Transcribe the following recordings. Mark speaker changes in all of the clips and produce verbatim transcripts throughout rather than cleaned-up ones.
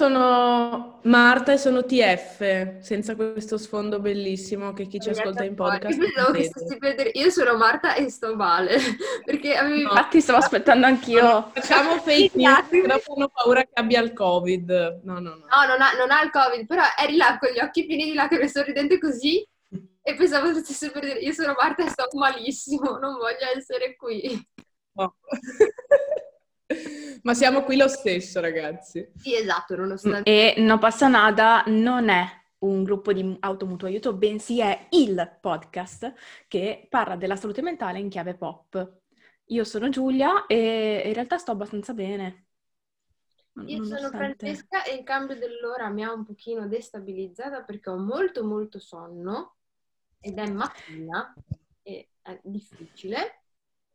Speaker 1: sono Marta e sono T F, senza questo sfondo bellissimo che chi ci ascolta in
Speaker 2: Io
Speaker 1: podcast non
Speaker 2: pensavo che
Speaker 1: vede.
Speaker 2: stessi per dire, io sono Marta e sto male, perché avevi...
Speaker 1: No,
Speaker 3: Infatti stavo aspettando
Speaker 1: no, non
Speaker 3: anch'io.
Speaker 1: facciamo fake news, che dopo hanno paura che abbia il Covid. No, no, no.
Speaker 2: No, non ha, non ha il Covid, però eri là con gli occhi pieni di lacrime, sorridente così, e pensavo che stessi per dire, io sono Marta e sto malissimo, non voglio essere qui.
Speaker 1: No. Ma siamo qui lo stesso, ragazzi.
Speaker 2: Sì, esatto, nonostante...
Speaker 3: E No Passa Nada non è un gruppo di automutuo aiuto, bensì è il podcast che parla della salute mentale in chiave pop. Io sono Giulia e in realtà sto abbastanza bene.
Speaker 2: Io sono
Speaker 3: Nonostante...
Speaker 2: Francesca e il cambio dell'ora mi ha un pochino destabilizzata perché ho molto molto sonno ed è mattina e è difficile.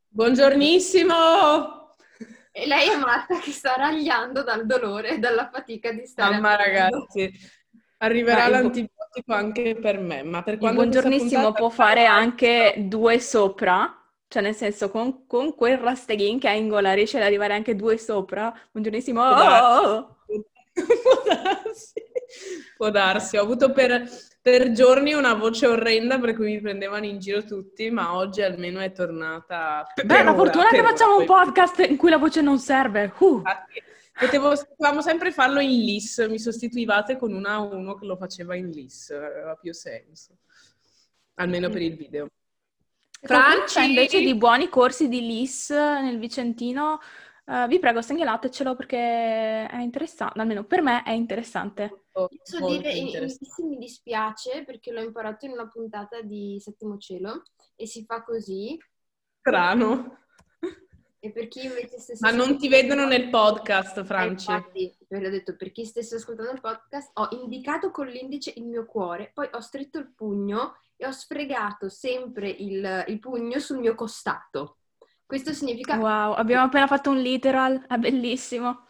Speaker 1: Buongiornissimo!
Speaker 2: E lei è Marta che sta ragliando dal dolore e dalla fatica di stare
Speaker 1: Mamma,
Speaker 2: andando.
Speaker 1: ragazzi, arriverà
Speaker 3: Ma il bu-
Speaker 1: l'antibiotico anche per me, ma per
Speaker 3: Il
Speaker 1: quando questa
Speaker 3: buongiornissimo
Speaker 1: puntata
Speaker 3: può fare anche due sopra, cioè nel senso con, con quel rasteghin che ha in gola riesce ad arrivare anche due sopra. Buongiornissimo.
Speaker 1: può
Speaker 3: Oh,
Speaker 1: darsi,
Speaker 3: oh, oh.
Speaker 1: può darsi, può darsi. Ho avuto per, per giorni una voce orrenda per cui mi prendevano in giro tutti, ma oggi almeno è tornata per,
Speaker 3: Beh,
Speaker 1: per
Speaker 3: una
Speaker 1: ora,
Speaker 3: fortuna che
Speaker 1: per ora.
Speaker 3: facciamo un
Speaker 1: Poi-
Speaker 3: podcast in cui la voce non serve. Uh.
Speaker 1: Infatti, Potevo, potevamo sempre farlo in L I S, mi sostituivate con una a uno che lo faceva in L I S, aveva più senso, almeno per il video.
Speaker 3: Qualcuno sa
Speaker 1: Franci!
Speaker 3: invece di buoni corsi di L I S nel Vicentino? Eh, vi prego, segnalatecelo perché è interessante, almeno per me è interessante.
Speaker 1: Molto,
Speaker 2: Posso dire,
Speaker 1: molto
Speaker 2: in- in-
Speaker 1: interessante.
Speaker 2: sì, mi dispiace perché l'ho imparato in una puntata di Settimo Cielo e si fa così.
Speaker 1: Strano.
Speaker 2: E per chi invece stesse
Speaker 1: Ma non ti vedono nel podcast,
Speaker 2: Eh,
Speaker 1: Franci.
Speaker 2: infatti, ve l'ho detto, per chi stesse ascoltando il podcast, ho indicato con l'indice il mio cuore, poi ho stretto il pugno e ho sfregato sempre il, il pugno sul mio costato. Questo significa...
Speaker 3: Wow, abbiamo appena fatto un literal, è bellissimo.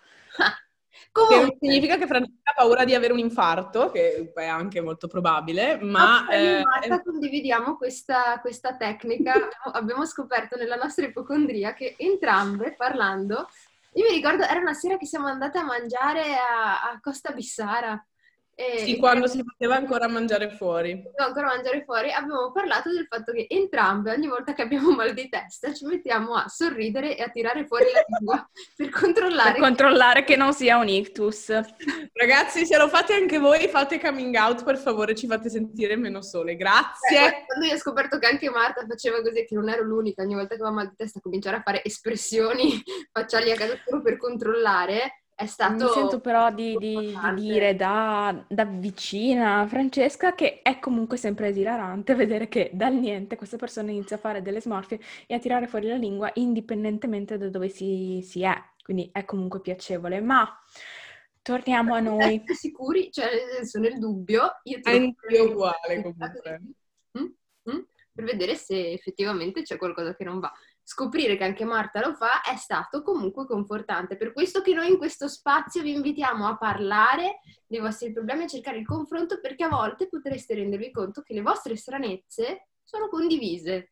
Speaker 1: Che non
Speaker 2: Comunque,
Speaker 1: significa che Francesca ha paura di avere un infarto, che è anche molto probabile, ma...
Speaker 2: io e
Speaker 1: eh,
Speaker 2: Marta condividiamo questa, questa tecnica. Abbiamo, abbiamo scoperto nella nostra ipocondria che entrambe, parlando, io mi ricordo, era una sera che siamo andate a mangiare a, a Costa Bissara. E,
Speaker 1: sì,
Speaker 2: e
Speaker 1: quando si poteva ancora mangiare fuori.
Speaker 2: Devo ancora mangiare fuori, abbiamo parlato del fatto che entrambe, ogni volta che abbiamo mal di testa, ci mettiamo a sorridere e a tirare fuori la lingua per
Speaker 3: Per
Speaker 2: controllare.
Speaker 3: controllare che non sia un ictus.
Speaker 1: Ragazzi, se lo fate anche voi, fate coming out, per favore, ci fate sentire meno sole.
Speaker 2: Eh,
Speaker 1: Grazie.
Speaker 2: Quando io ho scoperto che anche Marta faceva così, che non ero l'unica, ogni volta che aveva mal di testa cominciare a fare espressioni facciali a casa solo per controllare, è stato
Speaker 3: Mi sento però di, di- di
Speaker 2: importante.
Speaker 3: dire da, da vicina a Francesca che è comunque sempre esilarante vedere che dal niente questa persona inizia a fare delle smorfie e a tirare fuori la lingua indipendentemente da dove si, si è. Quindi è comunque piacevole. Ma torniamo a noi.
Speaker 2: Essere sicuri, cioè nel senso, nel dubbio, io tiro
Speaker 1: Anch'io uguale, comunque.
Speaker 2: Mm? Mm? Per vedere se effettivamente c'è qualcosa che non va. Scoprire che anche Marta lo fa è stato comunque confortante. Per questo che noi in questo spazio vi invitiamo a parlare dei vostri problemi, a cercare il confronto, perché a volte potreste rendervi conto che le vostre stranezze sono condivise.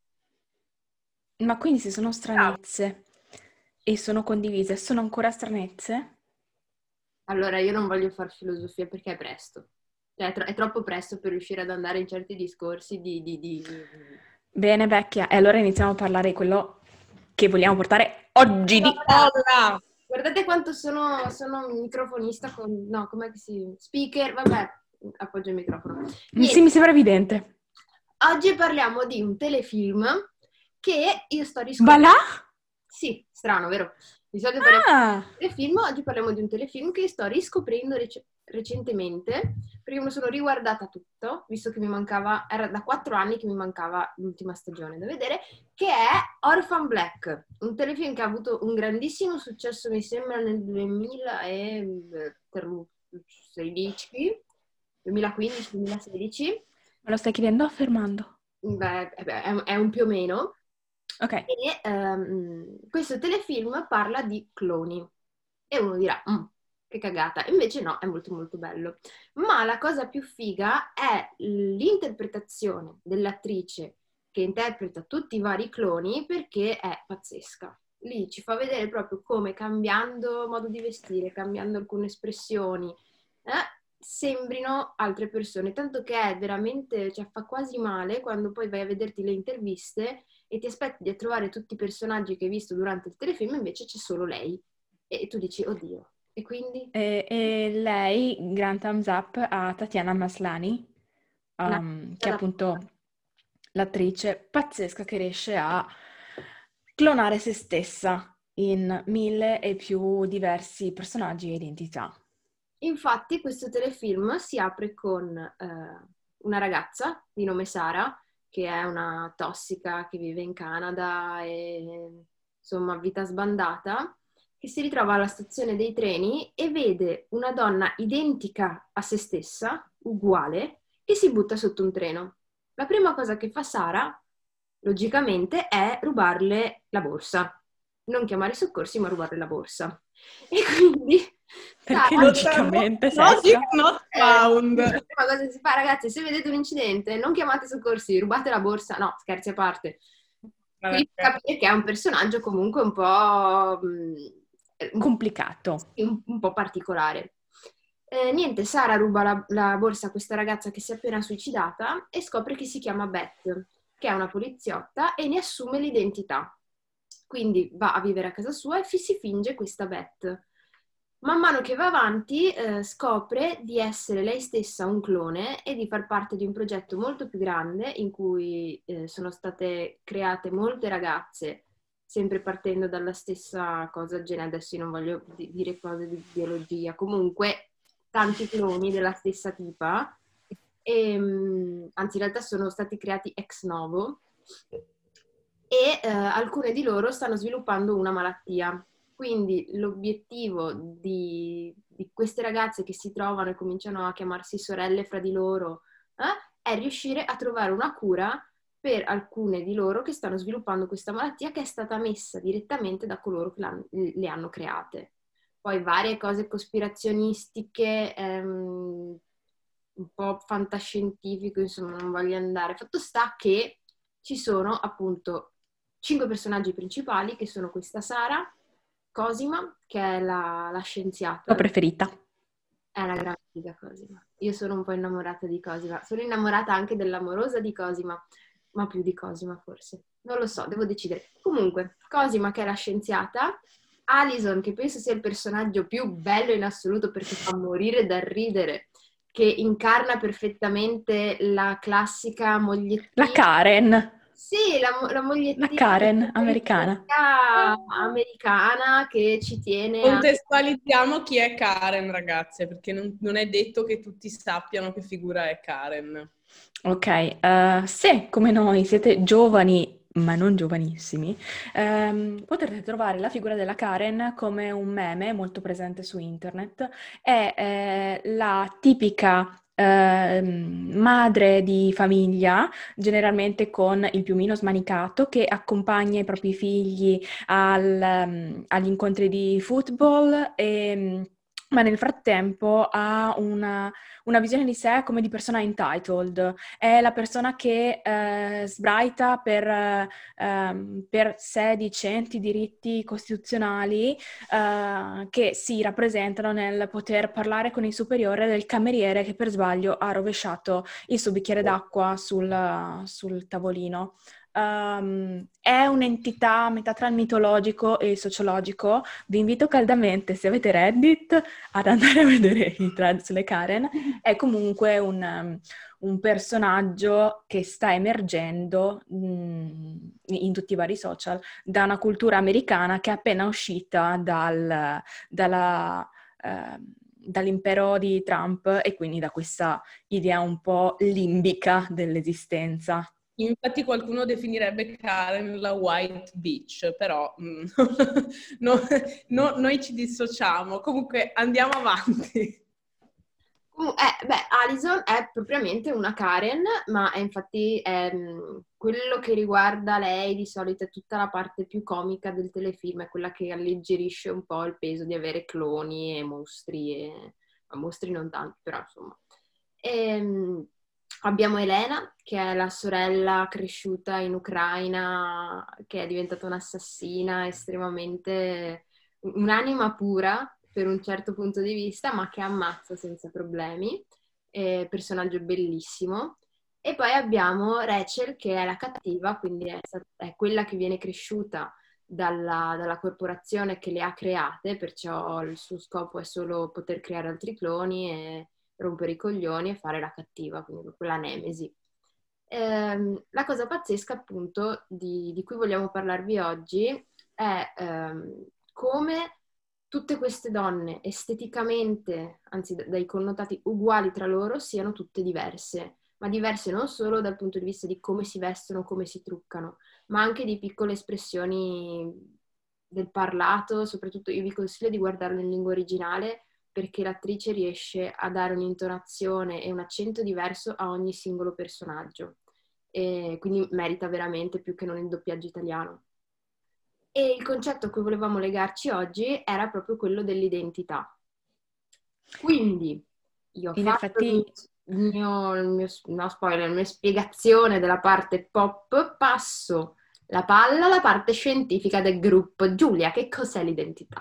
Speaker 3: Ma quindi se sono stranezze e sono condivise, sono ancora stranezze?
Speaker 2: Allora, io non voglio fare filosofia perché è presto. Cioè, è, tro- è troppo presto per riuscire ad andare in certi discorsi di... di, di...
Speaker 3: Bene, vecchia. E allora iniziamo a parlare di quello che vogliamo portare oggi di...
Speaker 1: Hola!
Speaker 2: Guardate quanto sono, sono un microfonista con... No, com'è che si... Speaker, vabbè, appoggio il microfono.
Speaker 3: Sì,
Speaker 2: Niente,
Speaker 3: mi sembra evidente.
Speaker 2: oggi parliamo di un telefilm che io sto riscoprendo...
Speaker 3: Balà?
Speaker 2: Sì, strano, vero? Di solito parliamo
Speaker 3: Ah!
Speaker 2: di un telefilm, oggi parliamo di un telefilm che sto riscoprendo rec- recentemente, perché me lo sono riguardata tutto, visto che mi mancava, era da quattro anni che mi mancava l'ultima stagione da vedere, che è Orphan Black, un telefilm che ha avuto un grandissimo successo, mi sembra, nel duemilasedici, duemilaquindici duemilasedici.
Speaker 3: Me lo stai chiedendo o affermando?
Speaker 2: Beh, è, è un più o meno.
Speaker 3: Ok.
Speaker 2: E ehm, questo telefilm parla di cloni. E uno dirà, "Mm, che cagata." Invece no, è molto molto bello. Ma la cosa più figa è l'interpretazione dell'attrice che interpreta tutti i vari cloni, perché è pazzesca. Lì ci fa vedere proprio come cambiando modo di vestire, cambiando alcune espressioni, eh, sembrino altre persone, tanto che è veramente, cioè fa quasi male quando poi vai a vederti le interviste e ti aspetti di trovare tutti i personaggi che hai visto durante il telefilm, invece c'è solo lei. E tu dici, oddio. E quindi?
Speaker 3: E, e lei, gran thumbs up a Tatiana Maslany,
Speaker 2: Una
Speaker 3: um, che è
Speaker 2: cosa
Speaker 3: appunto l'attrice pazzesca che riesce a clonare se stessa in mille e più diversi personaggi e identità.
Speaker 2: Infatti questo telefilm si apre con eh, una ragazza di nome Sara, che è una tossica che vive in Canada e insomma vita sbandata, che si ritrova alla stazione dei treni e vede una donna identica a se stessa, uguale, che si butta sotto un treno. La prima cosa che fa Sara, logicamente, è rubarle la borsa. Non chiamare i soccorsi, ma rubarle la borsa. E quindi
Speaker 3: Perché
Speaker 2: Sara,
Speaker 3: logicamente,
Speaker 1: Logic
Speaker 3: secca.
Speaker 1: not
Speaker 2: eh,
Speaker 1: found.
Speaker 2: la prima cosa che si fa, ragazzi, se vedete un incidente, non chiamate i soccorsi, rubate la borsa. No, scherzi a parte. Qui capire che è un personaggio comunque un po' mh,
Speaker 3: Complicato.
Speaker 2: un, un po' particolare. Eh, niente, Sara ruba la, la borsa a questa ragazza che si è appena suicidata e scopre che si chiama Beth, che è una poliziotta e ne assume l'identità. Quindi va a vivere a casa sua e fi- si finge questa Beth. Man mano che va avanti, eh, scopre di essere lei stessa un clone e di far parte di un progetto molto più grande in cui eh, sono state create molte ragazze, sempre partendo dalla stessa cosa, gene- adesso io non voglio di- dire cose di biologia, comunque tanti cloni della stessa tipa, e, mh, anzi in realtà sono stati creati ex novo e eh, alcune di loro stanno sviluppando una malattia. Quindi l'obiettivo di, di queste ragazze che si trovano e cominciano a chiamarsi sorelle fra di loro eh, è riuscire a trovare una cura per alcune di loro che stanno sviluppando questa malattia che è stata messa direttamente da coloro che le hanno create. Poi varie cose cospirazionistiche, ehm, un po' fantascientifico, insomma, non voglio andare. Fatto sta che ci sono appunto cinque personaggi principali che sono questa Sara, Cosima, che è la, la scienziata.
Speaker 3: La preferita.
Speaker 2: È una gran figa Cosima. Io sono un po' innamorata di Cosima. Sono innamorata anche dell'amorosa di Cosima, ma più di Cosima forse. Non lo so, devo decidere. Comunque, Cosima che è la scienziata, Alison che penso sia il personaggio più bello in assoluto perché fa morire dal ridere, che incarna perfettamente la classica mogliettina.
Speaker 3: La Karen.
Speaker 2: Sì, la, la mogliettina
Speaker 3: La Karen americana.
Speaker 2: americana che ci tiene a...
Speaker 1: Contestualizziamo chi è Karen, ragazze, perché non, non è detto che tutti sappiano che figura è Karen.
Speaker 3: Ok, eh, se come noi siete giovani, ma non giovanissimi, ehm, potrete trovare la figura della Karen come un meme molto presente su internet. È eh, la tipica ehm, madre di famiglia, generalmente con il piumino smanicato, che accompagna i propri figli al, ehm, agli incontri di football e... Ma nel frattempo ha una, una visione di sé come di persona entitled, è la persona che eh, sbraita per, eh, ehm, per sé dicenti diritti costituzionali eh, che si rappresentano nel poter parlare con il superiore del cameriere che per sbaglio ha rovesciato il suo bicchiere d'acqua sul, sul tavolino. Um, è un'entità a metà tra il mitologico e il sociologico. Vi invito caldamente, se avete Reddit, ad andare a vedere i thread sulle Karen. È comunque un, um, un personaggio che sta emergendo mh, in tutti i vari social da una cultura americana che è appena uscita dal, dalla, eh, dall'impero di Trump e quindi da questa idea un po' limbica dell'esistenza.
Speaker 1: Infatti qualcuno definirebbe Karen la white bitch, però mm, no, no, noi ci dissociamo. Comunque andiamo avanti.
Speaker 2: Eh, beh, Alison è propriamente una Karen, ma è infatti è, mh, quello che riguarda lei di solito è tutta la parte più comica del telefilm, è quella che alleggerisce un po' il peso di avere cloni e mostri, e... ma mostri non tanti, però insomma. E, mh, abbiamo Elena, che è la sorella cresciuta in Ucraina, che è diventata un'assassina estremamente... un'anima pura, per un certo punto di vista, ma che ammazza senza problemi, eh, personaggio bellissimo. E poi abbiamo Rachel, che è la cattiva, quindi è, è quella che viene cresciuta dalla, dalla corporazione che le ha create, perciò il suo scopo è solo poter creare altri cloni e rompere i coglioni e fare la cattiva, quindi proprio la nemesi. Ehm, la cosa pazzesca, appunto, di, di cui vogliamo parlarvi oggi è ehm, come tutte queste donne esteticamente, anzi d- dai connotati uguali tra loro, siano tutte diverse, ma diverse non solo dal punto di vista di come si vestono, come si truccano, ma anche di piccole espressioni del parlato. Soprattutto io vi consiglio di guardarlo in lingua originale, perché l'attrice riesce a dare un'intonazione e un accento diverso a ogni singolo personaggio. E quindi merita veramente più che non il doppiaggio italiano. E il concetto a cui volevamo legarci oggi era proprio quello dell'identità. Quindi io ho
Speaker 3: In
Speaker 2: fatto il
Speaker 3: effetti,
Speaker 2: mio, il mio, no spoiler, la mia spiegazione della parte pop, passo la palla alla parte scientifica del gruppo. Giulia, che cos'è l'identità?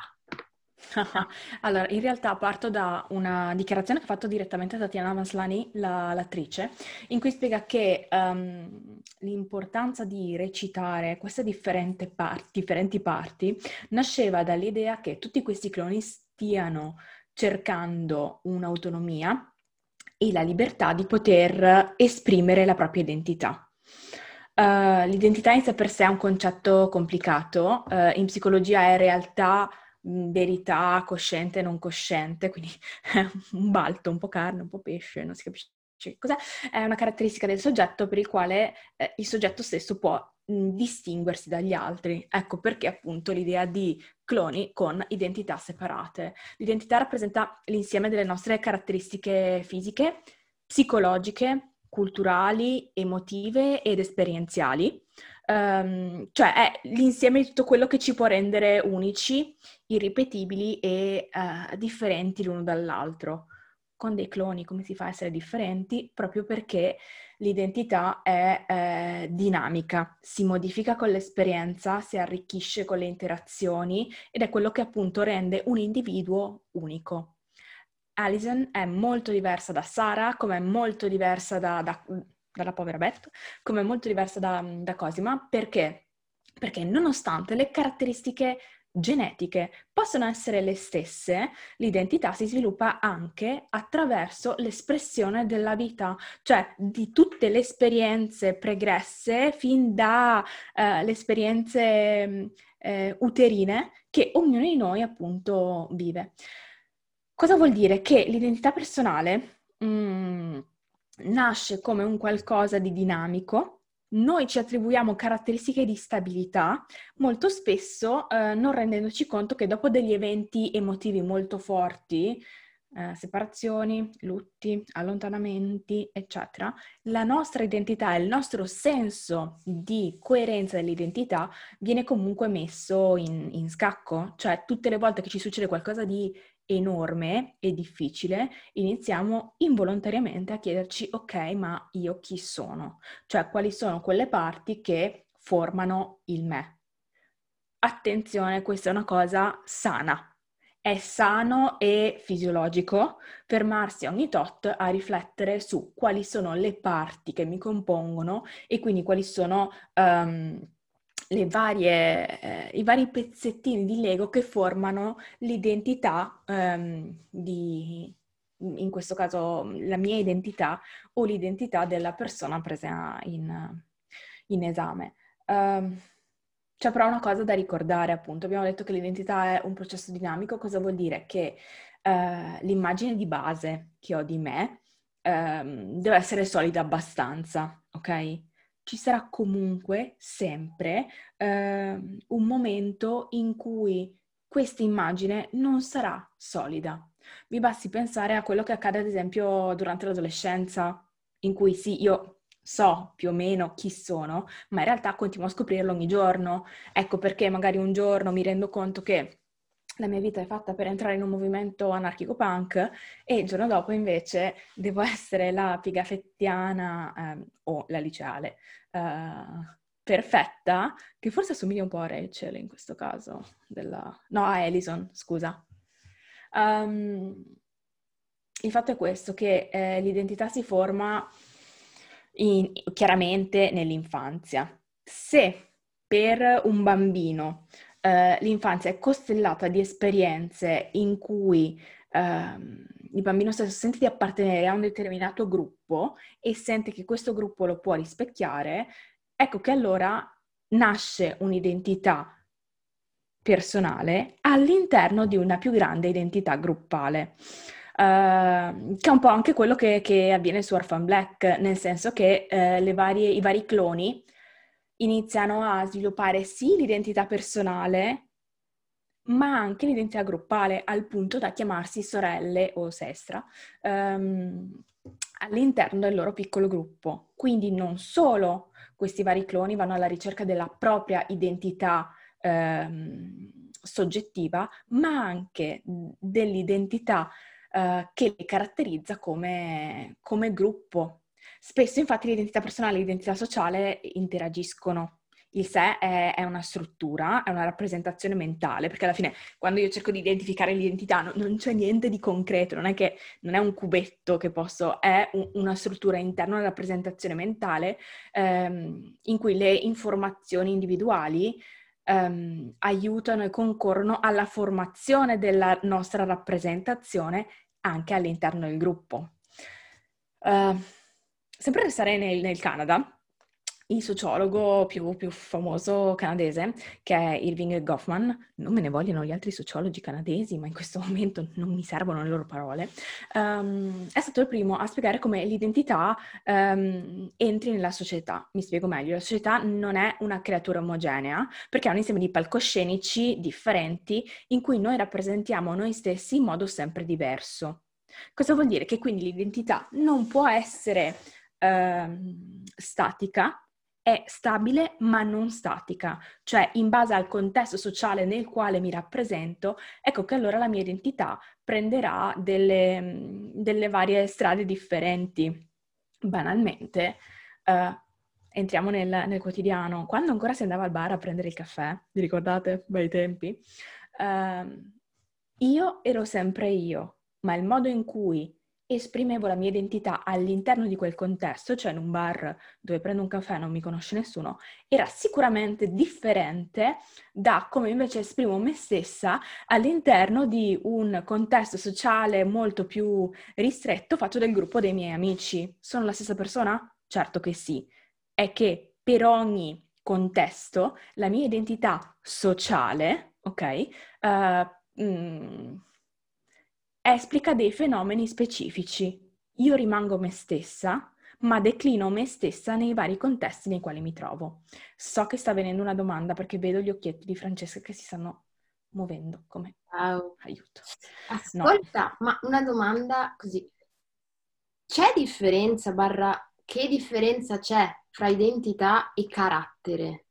Speaker 3: allora, in realtà parto da una dichiarazione che ha fatto direttamente Tatiana Maslany, la- l'attrice, in cui spiega che ehm, l'importanza di recitare queste differenti parti, differenti parti nasceva dall'idea che tutti questi cloni stiano cercando un'autonomia e la libertà di poter esprimere la propria identità. Uh, l'identità in sé per sé è un concetto complicato, uh, in psicologia è in realtà mh, verità cosciente e non cosciente, quindi è un balto, un po' carne, un po' pesce, non si capisce che cos'è. È una caratteristica del soggetto per il quale eh, il soggetto stesso può mh, distinguersi dagli altri. Ecco perché appunto l'idea di cloni con identità separate. L'identità rappresenta l'insieme delle nostre caratteristiche fisiche, psicologiche, culturali, emotive ed esperienziali. Um, cioè è l'insieme di tutto quello che ci può rendere unici, irripetibili e uh, differenti l'uno dall'altro. Con dei cloni come si fa a essere differenti? Proprio perché l'identità è eh, dinamica, si modifica con l'esperienza, si arricchisce con le interazioni ed è quello che appunto rende un individuo unico. Alison è molto diversa da Sara, come è molto diversa da, da, dalla povera Beth, come è molto diversa da, da Cosima. Perché? Perché nonostante le caratteristiche genetiche possono essere le stesse, l'identità si sviluppa anche attraverso l'espressione della vita, cioè di tutte le esperienze pregresse fin dalle uh, esperienze uh, uterine che ognuno di noi appunto vive. Cosa vuol dire? Che l'identità personale mm, nasce come un qualcosa di dinamico, noi ci attribuiamo caratteristiche di stabilità, molto spesso eh, non rendendoci conto che dopo degli eventi emotivi molto forti, eh, separazioni, lutti, allontanamenti, eccetera, la nostra identità e il nostro senso di coerenza dell'identità viene comunque messo in, in scacco. Cioè tutte le volte che ci succede qualcosa di enorme e difficile, iniziamo involontariamente a chiederci: ok, ma io chi sono? Cioè, quali sono quelle parti che formano il me? Attenzione, questa è una cosa sana. È sano e fisiologico fermarsi ogni tot a riflettere su quali sono le parti che mi compongono e quindi quali sono um, le varie, eh, i vari pezzettini di Lego che formano l'identità um, di, in questo caso la mia identità o l'identità della persona presa in, in esame. Um, c'è però una cosa da ricordare, appunto. Abbiamo detto che l'identità è un processo dinamico. Cosa vuol dire? Che eh, l'immagine di base che ho di me ehm, deve essere solida abbastanza, ok? Ci sarà comunque sempre ehm, un momento in cui questa immagine non sarà solida. Mi basti pensare a quello che accade, ad esempio, durante l'adolescenza, in cui sì, io so più o meno chi sono, ma in realtà continuo a scoprirlo ogni giorno. Ecco perché magari un giorno mi rendo conto che la mia vita è fatta per entrare in un movimento anarchico-punk e il giorno dopo invece devo essere la pigafettiana ehm, o la liceale eh, perfetta, che forse assomiglia un po' a Rachel in questo caso, della... no, a Alison, scusa. Um, il fatto è questo, che eh, l'identità si forma in- chiaramente nell'infanzia. Se per un bambino eh, l'infanzia è costellata di esperienze in cui ehm, il bambino stesso sente di appartenere a un determinato gruppo e sente che questo gruppo lo può rispecchiare, ecco che allora nasce un'identità personale all'interno di una più grande identità gruppale. Uh, che è un po' anche quello che, che avviene su Orphan Black, nel senso che uh, le varie, i vari cloni iniziano a sviluppare sì l'identità personale, ma anche l'identità gruppale, al punto da chiamarsi sorelle o sestra um, all'interno del loro piccolo gruppo. Quindi non solo questi vari cloni vanno alla ricerca della propria identità ehm, soggettiva, ma anche dell'identità eh, che li caratterizza come, come gruppo. Spesso infatti l'identità personale e l'identità sociale interagiscono. Il sé è, è una struttura, è una rappresentazione mentale, perché alla fine quando io cerco di identificare l'identità no, non c'è niente di concreto, non è che non è un cubetto che posso, è un, una struttura interna, una rappresentazione mentale ehm, in cui le informazioni individuali ehm, aiutano e concorrono alla formazione della nostra rappresentazione anche all'interno del gruppo. Uh, sempre restare nel, nel Canada, il sociologo più, più famoso canadese, che è Irving Goffman, non me ne vogliono gli altri sociologi canadesi, ma in questo momento non mi servono le loro parole, um, è stato il primo a spiegare come l'identità um, entri nella società. Mi spiego meglio, la società non è una creatura omogenea, perché è un insieme di palcoscenici differenti in cui noi rappresentiamo noi stessi in modo sempre diverso. Cosa vuol dire? Che quindi l'identità non può essere ehm, statica, è stabile ma non statica, cioè in base al contesto sociale nel quale mi rappresento, ecco che allora la mia identità prenderà delle, delle varie strade differenti. Banalmente, eh, entriamo nel, nel quotidiano. Quando ancora si andava al bar a prendere il caffè, vi ricordate? Bei tempi. Eh, io ero sempre io, ma il modo in cui esprimevo la mia identità all'interno di quel contesto, cioè in un bar dove prendo un caffè e non mi conosce nessuno, era sicuramente differente da come invece esprimo me stessa all'interno di un contesto sociale molto più ristretto fatto del gruppo dei miei amici. Sono la stessa persona? Certo che sì. È che per ogni contesto la mia identità sociale, ok, uh, mm, esplica dei fenomeni specifici. Io rimango me stessa, ma declino me stessa nei vari contesti nei quali mi trovo. So che sta venendo una domanda perché vedo gli occhietti di Francesca che si stanno muovendo come
Speaker 2: Wow.
Speaker 3: aiuto.
Speaker 2: Ascolta,
Speaker 3: no.
Speaker 2: ma una domanda così. C'è differenza, barra, che differenza c'è fra identità e carattere?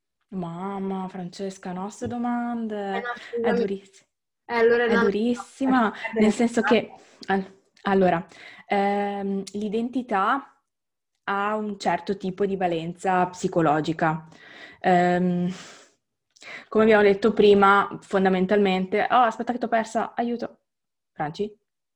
Speaker 3: Mamma, Francesca, nostre domande.
Speaker 2: Eh no,
Speaker 3: È
Speaker 2: scusami.
Speaker 3: durissima.
Speaker 2: Eh, allora
Speaker 3: È
Speaker 2: no,
Speaker 3: durissima, nel senso che, allora, ehm, l'identità ha un certo tipo di valenza psicologica. Ehm, come abbiamo detto prima, fondamentalmente... Oh, aspetta che ti ho persa, aiuto. Franci?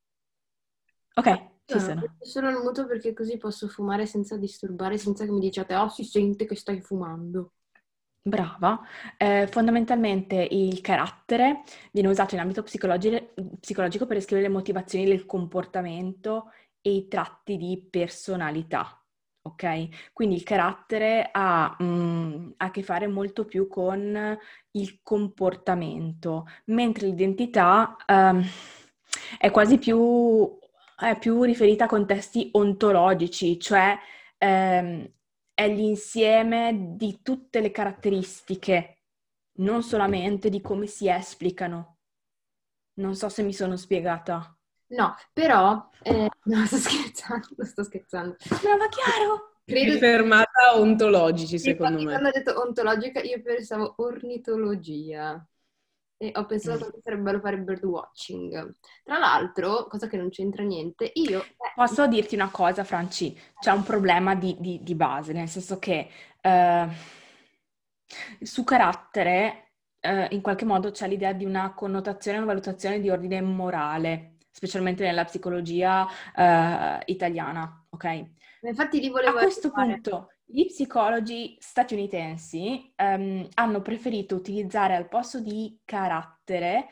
Speaker 3: Ok, ci
Speaker 2: no,
Speaker 3: sono.
Speaker 2: solo il muto perché così posso fumare senza disturbare, senza che mi diciate, oh, si sente che stai fumando.
Speaker 3: Brava. Eh, fondamentalmente il carattere viene usato in ambito psicologi- psicologico per descrivere le motivazioni del comportamento e i tratti di personalità, ok? Quindi il carattere ha mm, a che fare molto più con il comportamento, mentre l'identità ehm, è quasi più, è più riferita a contesti ontologici, cioè ehm, è l'insieme di tutte le caratteristiche, non solamente di come si esplicano. Non so se mi sono spiegata.
Speaker 2: No, però, eh, no, sto scherzando, sto scherzando.
Speaker 3: Ma va chiaro?
Speaker 2: Credo
Speaker 1: Più
Speaker 2: che,
Speaker 1: fermata a ontologici, secondo
Speaker 2: infatti,
Speaker 1: me.
Speaker 2: quando ho detto ontologica, io pensavo ornitologia. E ho pensato che sarebbe bello fare birdwatching. Tra l'altro, cosa che non c'entra niente, io... eh,
Speaker 3: Posso dirti una cosa, Franci? C'è un problema di, di- di base, nel senso che eh, su carattere eh, in qualche modo c'è l'idea di una connotazione, una valutazione di ordine morale, specialmente nella psicologia eh, italiana, ok?
Speaker 2: Infatti lì
Speaker 3: A
Speaker 2: volevo
Speaker 3: questo
Speaker 2: arrivare.
Speaker 3: punto gli psicologi statunitensi ehm, hanno preferito utilizzare al posto di carattere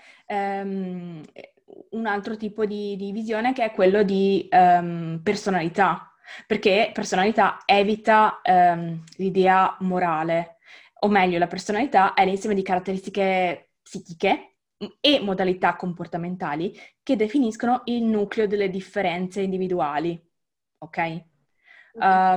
Speaker 3: ehm, un altro tipo di, di visione che è quello di ehm, personalità, perché personalità evita ehm, l'idea morale, o meglio, la personalità è l'insieme di caratteristiche psichiche e modalità comportamentali che definiscono il nucleo delle differenze individuali, ok?
Speaker 2: Ok.
Speaker 3: Uh,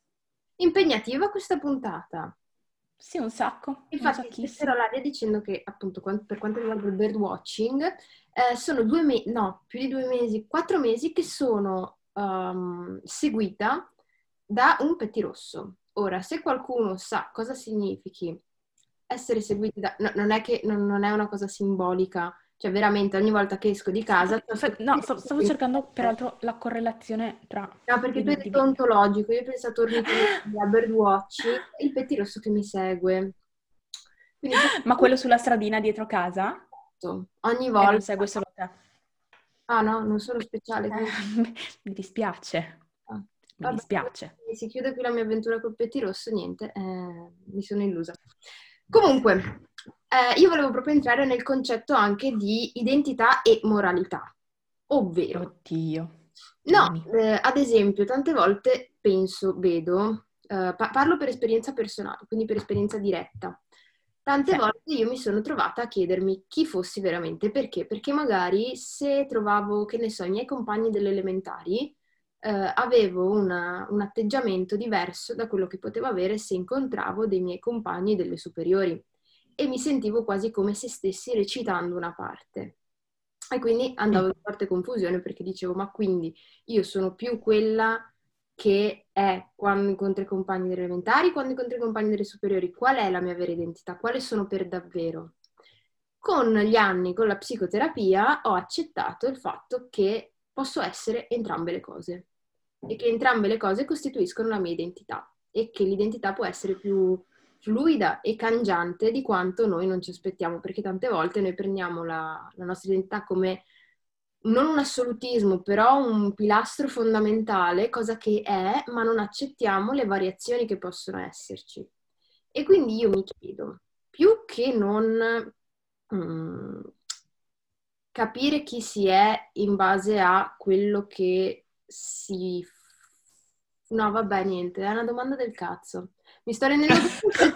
Speaker 2: Impegnativa questa puntata.
Speaker 3: sì, un sacco, un
Speaker 2: Infatti
Speaker 3: sacchissimo.
Speaker 2: spezzetterò l'aria dicendo che appunto quan- per quanto riguarda il birdwatching eh, sono due mesi, no, più di due mesi, quattro mesi che sono um, seguita da un pettirosso. Ora, se qualcuno sa cosa significhi essere seguiti da... no, non è che non, non è una cosa simbolica, cioè veramente ogni volta che esco di casa... c'è questo
Speaker 3: F- No, sto-
Speaker 2: pettirosso
Speaker 3: stavo
Speaker 2: che mi
Speaker 3: cercando
Speaker 2: segue.
Speaker 3: peraltro la correlazione tra
Speaker 2: No, perché tu hai
Speaker 3: i...
Speaker 2: detto
Speaker 3: di-
Speaker 2: ontologico, io ho pensato ornitologia, birdwatching, e il pettirosso che mi segue. Quindi
Speaker 3: Ma quello sulla stradina dietro casa?
Speaker 2: tutto, ogni
Speaker 3: E non
Speaker 2: volta.
Speaker 3: segue solo te?
Speaker 2: Ah no, non sono speciale, quindi...
Speaker 3: Eh, mi dispiace,
Speaker 2: ah,
Speaker 3: mi
Speaker 2: vabbè,
Speaker 3: dispiace.
Speaker 2: si chiude qui la mia avventura col pettirosso, niente, eh, mi sono illusa. Comunque, eh, io volevo proprio entrare nel concetto anche di identità e moralità, ovvero...
Speaker 3: Oddio,
Speaker 2: No,
Speaker 3: dimmi.
Speaker 2: eh, ad esempio, tante volte penso, vedo, eh, pa- parlo per esperienza personale, quindi per esperienza diretta. Tante
Speaker 3: Sì.
Speaker 2: volte io mi sono trovata a chiedermi chi fossi veramente, perché? Perché magari se trovavo, che ne so, i miei compagni delle elementari, eh, avevo una- un atteggiamento diverso da quello che potevo avere se incontravo dei miei compagni delle superiori e mi sentivo quasi come se stessi recitando una parte. E quindi andavo
Speaker 3: Mm.
Speaker 2: in forte confusione perché dicevo, ma quindi io sono più quella che è quando incontro i compagni delle elementari, quando incontro i compagni delle superiori, qual è la mia vera identità, quale sono per davvero. Con gli anni, con la psicoterapia, ho accettato il fatto che posso essere entrambe le cose e che entrambe le cose costituiscono la mia identità e che l'identità può essere più fluida e cangiante di quanto noi non ci aspettiamo, perché tante volte noi prendiamo la, la nostra identità come non un assolutismo, però un pilastro fondamentale, cosa che è, ma non accettiamo le variazioni che possono esserci. E quindi io mi chiedo, più che non mm, capire chi si è in base a quello che si... No, vabbè, niente, è una domanda del cazzo. Mi sto rendendo conto che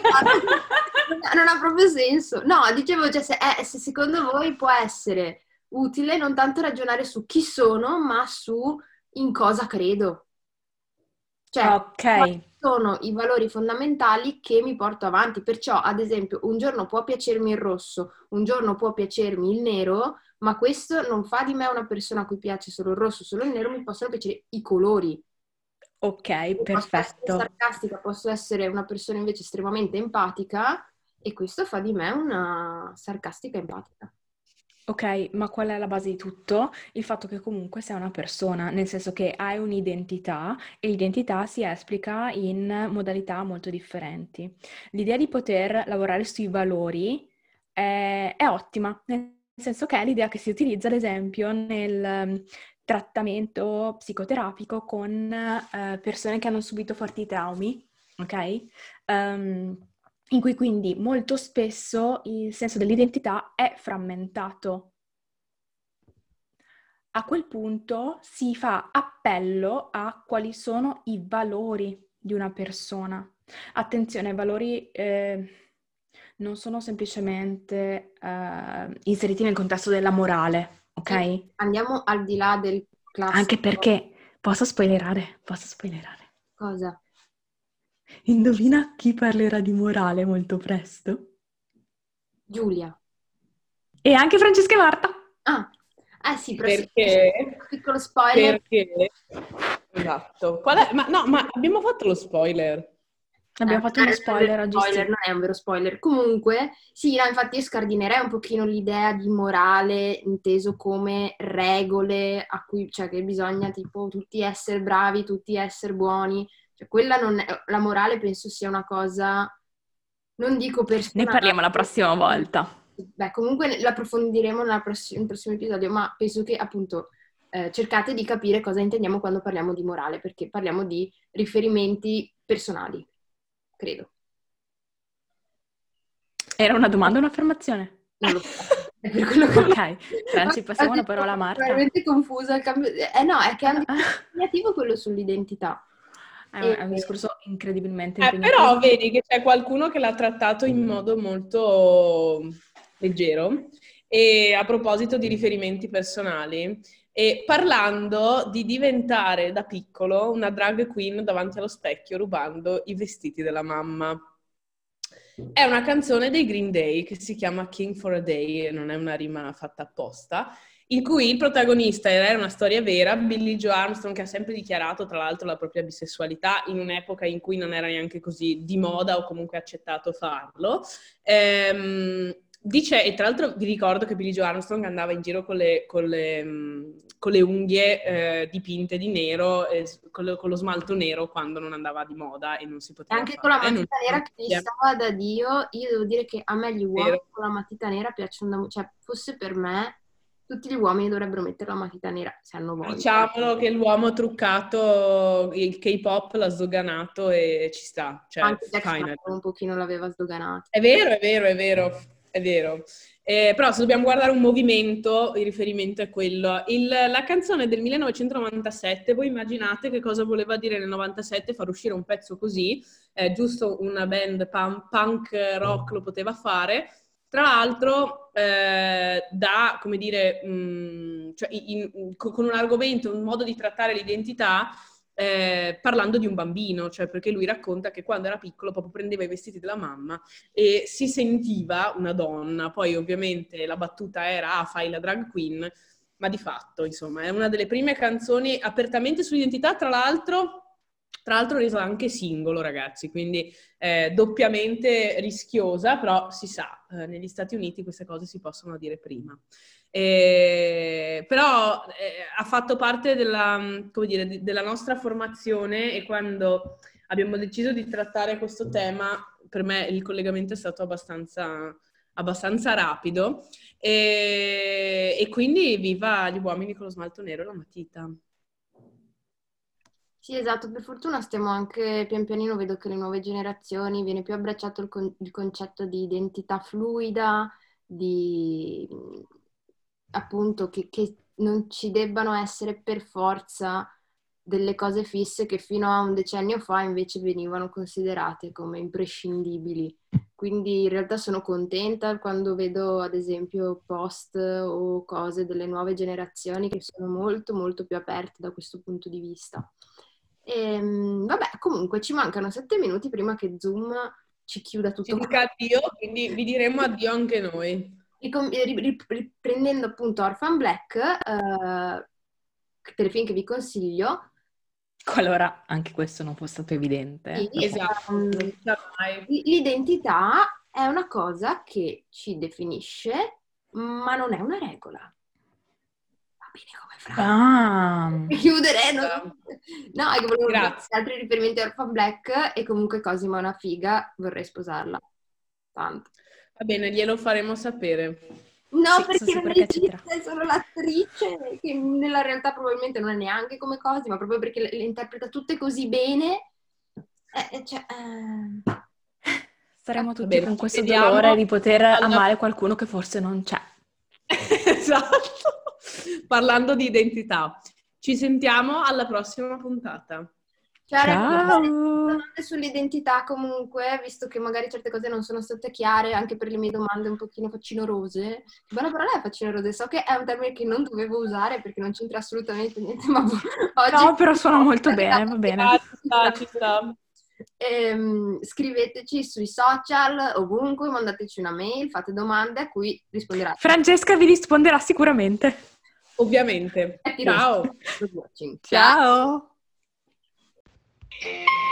Speaker 2: non ha proprio senso. No, dicevo, cioè, se, è- se secondo voi può essere utile non tanto ragionare su chi sono, ma su in cosa credo. Cioè,
Speaker 3: Ok,
Speaker 2: quali sono i valori fondamentali che mi porto avanti. Perciò, ad esempio, un giorno può piacermi il rosso, un giorno può piacermi il nero, ma questo non fa di me una persona a cui piace solo il rosso, solo il nero, mi possono piacere i colori.
Speaker 3: ok,
Speaker 2: Posso essere
Speaker 3: perfetto.
Speaker 2: sarcastica, posso essere una persona invece estremamente empatica e questo fa di me una sarcastica empatica.
Speaker 3: Ok, ma qual è la base di tutto? Il fatto che comunque sei una persona, nel senso che hai un'identità e l'identità si esplica in modalità molto differenti. L'idea di poter lavorare sui valori è, è ottima, nel senso che è l'idea che si utilizza, ad esempio, nel ehm, trattamento psicoterapico con eh, persone che hanno subito forti traumi, ok? Ehm, in cui quindi molto spesso il senso dell'identità è frammentato. A quel punto si fa appello a quali sono i valori di una persona. Attenzione, i valori eh, non sono semplicemente eh, inseriti nel contesto della morale,
Speaker 2: Sì,
Speaker 3: ok?
Speaker 2: andiamo al di là del
Speaker 3: Anche
Speaker 2: classico
Speaker 3: perché, posso spoilerare, posso spoilerare.
Speaker 2: cosa.
Speaker 3: Indovina chi parlerà di morale molto presto?
Speaker 2: Giulia.
Speaker 3: E anche Francesca e Marta.
Speaker 2: Ah, eh sì, però sì,
Speaker 1: Perché?
Speaker 2: un piccolo spoiler.
Speaker 1: Perché? Esatto. Qual è? Ma no, ma abbiamo fatto lo spoiler.
Speaker 2: Eh,
Speaker 3: Abbiamo fatto
Speaker 2: non
Speaker 3: uno
Speaker 2: è un vero
Speaker 3: spoiler oggi,
Speaker 2: spoiler,
Speaker 3: sì.
Speaker 2: non è un vero spoiler. Comunque, sì, no, infatti io scardinerei un pochino l'idea di morale inteso come regole a cui, cioè che bisogna tipo tutti essere bravi, tutti essere buoni. Cioè, quella non è, la morale penso sia una cosa non dico personale.
Speaker 3: Ne parliamo la prossima volta.
Speaker 2: Beh, comunque lo approfondiremo nella pross- nel prossimo episodio, ma penso che appunto eh, cercate di capire cosa intendiamo quando parliamo di morale, perché parliamo di riferimenti personali, credo.
Speaker 3: Era una domanda o un'affermazione?
Speaker 2: Non lo so. È per quello che
Speaker 3: Ok, Franci, passiamo la parola a Marta.
Speaker 2: Sono veramente confusa. Il cambio... Eh no, è che è un discorso impegnativo quello sull'identità.
Speaker 3: È un, è un discorso incredibilmente
Speaker 1: Eh,
Speaker 3: impegnativo.
Speaker 1: però vedi che c'è qualcuno che l'ha trattato in modo molto leggero. E a proposito di riferimenti personali, e parlando di diventare da piccolo una drag queen davanti allo specchio rubando i vestiti della mamma. È una canzone dei Green Day che si chiama King for a Day, e non è una rima fatta apposta, in cui il protagonista era una storia vera, Billie Joe Armstrong, che ha sempre dichiarato tra l'altro la propria bisessualità in un'epoca in cui non era neanche così di moda o comunque accettato farlo. Ehm, dice, e tra l'altro vi ricordo che Billie Joe Armstrong andava in giro con le, con le, con le unghie eh, dipinte di nero, e con, lo, con lo smalto nero quando non andava di moda e non si poteva
Speaker 2: Anche
Speaker 1: fare.
Speaker 2: con la
Speaker 1: Eh,
Speaker 2: matita
Speaker 1: non-
Speaker 2: nera che mi stava da Dio, io devo dire che a me gli uomini
Speaker 1: Vero.
Speaker 2: con la matita nera piacciono da mo- cioè fosse per me tutti gli uomini dovrebbero mettere la matita nera se hanno voglia.
Speaker 1: Diciamolo che l'uomo truccato, il K-pop l'ha sdoganato e ci sta, cioè,
Speaker 2: Anche Jack
Speaker 1: finally.
Speaker 2: Sparrow un pochino l'aveva sdoganato.
Speaker 1: È vero, è vero, è vero, è vero. Eh, però se dobbiamo guardare un movimento, il riferimento è quello. Il- la canzone del millenovecentonovantasette, voi immaginate che cosa voleva dire nel novantasette far uscire un pezzo così, eh, giusto una band punk, punk rock lo poteva fare. Tra l'altro, eh, da, come dire, mh, cioè in- in- con un argomento, un modo di trattare l'identità, eh, parlando di un bambino, cioè perché lui racconta che quando era piccolo proprio prendeva i vestiti della mamma e si sentiva una donna. Poi ovviamente la battuta era, ah, fai la drag queen, ma di fatto, insomma, è una delle prime canzoni apertamente sull'identità, tra l'altro... Tra l'altro resa anche singolo, ragazzi, quindi eh, doppiamente rischiosa, però si sa, eh, negli Stati Uniti queste cose si possono dire prima. Eh, però eh, ha fatto parte della, come dire, di- della nostra formazione e quando abbiamo deciso di trattare questo tema, per me il collegamento è stato abbastanza, abbastanza rapido e, e quindi viva gli uomini con lo smalto nero e la matita.
Speaker 2: Sì, esatto, per fortuna stiamo anche pian pianino, vedo che le nuove generazioni viene più abbracciato il, con- il concetto di identità fluida, di appunto che, che non ci debbano essere per forza delle cose fisse che fino a un decennio fa invece venivano considerate come imprescindibili. Quindi in realtà sono contenta quando vedo ad esempio post o cose delle nuove generazioni che sono molto molto più aperte da questo punto di vista. E, vabbè, comunque ci mancano sette minuti prima che Zoom ci chiuda tutto.
Speaker 1: Ci dica addio, quindi vi diremo addio anche noi.
Speaker 2: Ricom- rip- riprendendo appunto Orphan Black, eh, telefilm che vi consiglio,
Speaker 3: Qualora anche questo non fosse stato evidente.
Speaker 2: sì,
Speaker 1: Esatto,
Speaker 2: ehm,
Speaker 1: non si sa mai.
Speaker 2: l'identità è una cosa che ci definisce, ma non è una regola. Va bene come frase.
Speaker 3: Ah,
Speaker 2: Chiudere, no? No, è che volevo dire
Speaker 1: Grazie.
Speaker 2: altri riferimenti a Orphan Black e comunque Cosima è una figa, vorrei sposarla. Tanto.
Speaker 1: Va bene, glielo faremo sapere.
Speaker 2: No,
Speaker 3: Sì, sono
Speaker 2: perché non
Speaker 3: sicura che accetterà.
Speaker 2: esiste, è solo l'attrice, che nella realtà probabilmente non è neanche come Cosima, proprio perché le, le interpreta tutte così bene. Eh, cioè, eh.
Speaker 3: saremo
Speaker 1: Va
Speaker 3: tutti
Speaker 1: bene,
Speaker 3: con
Speaker 1: ci
Speaker 3: questo
Speaker 1: vediamo
Speaker 3: dolore di poter
Speaker 1: alla-
Speaker 3: amare qualcuno che forse non c'è.
Speaker 1: Esatto. Parlando di identità. Ci sentiamo alla prossima puntata.
Speaker 2: Ciao ragazzi,
Speaker 3: Ciao!
Speaker 2: domande sull'identità comunque, visto che magari certe cose non sono state chiare, anche per le mie domande un pochino faccinorose. Che buona parola è faccinorose, so che è un termine che non dovevo usare perché non c'entra assolutamente niente, ma oggi...
Speaker 3: No, però suona molto bene, va bene.
Speaker 1: Ah, ci sta, ci sta.
Speaker 2: Ehm, scriveteci sui social, ovunque, mandateci una mail, fate domande a cui risponderà.
Speaker 3: Francesca vi risponderà sicuramente.
Speaker 1: Ovviamente.
Speaker 2: Happy
Speaker 1: Ciao.
Speaker 2: roast. Good watching.
Speaker 3: Ciao!
Speaker 2: Ciao.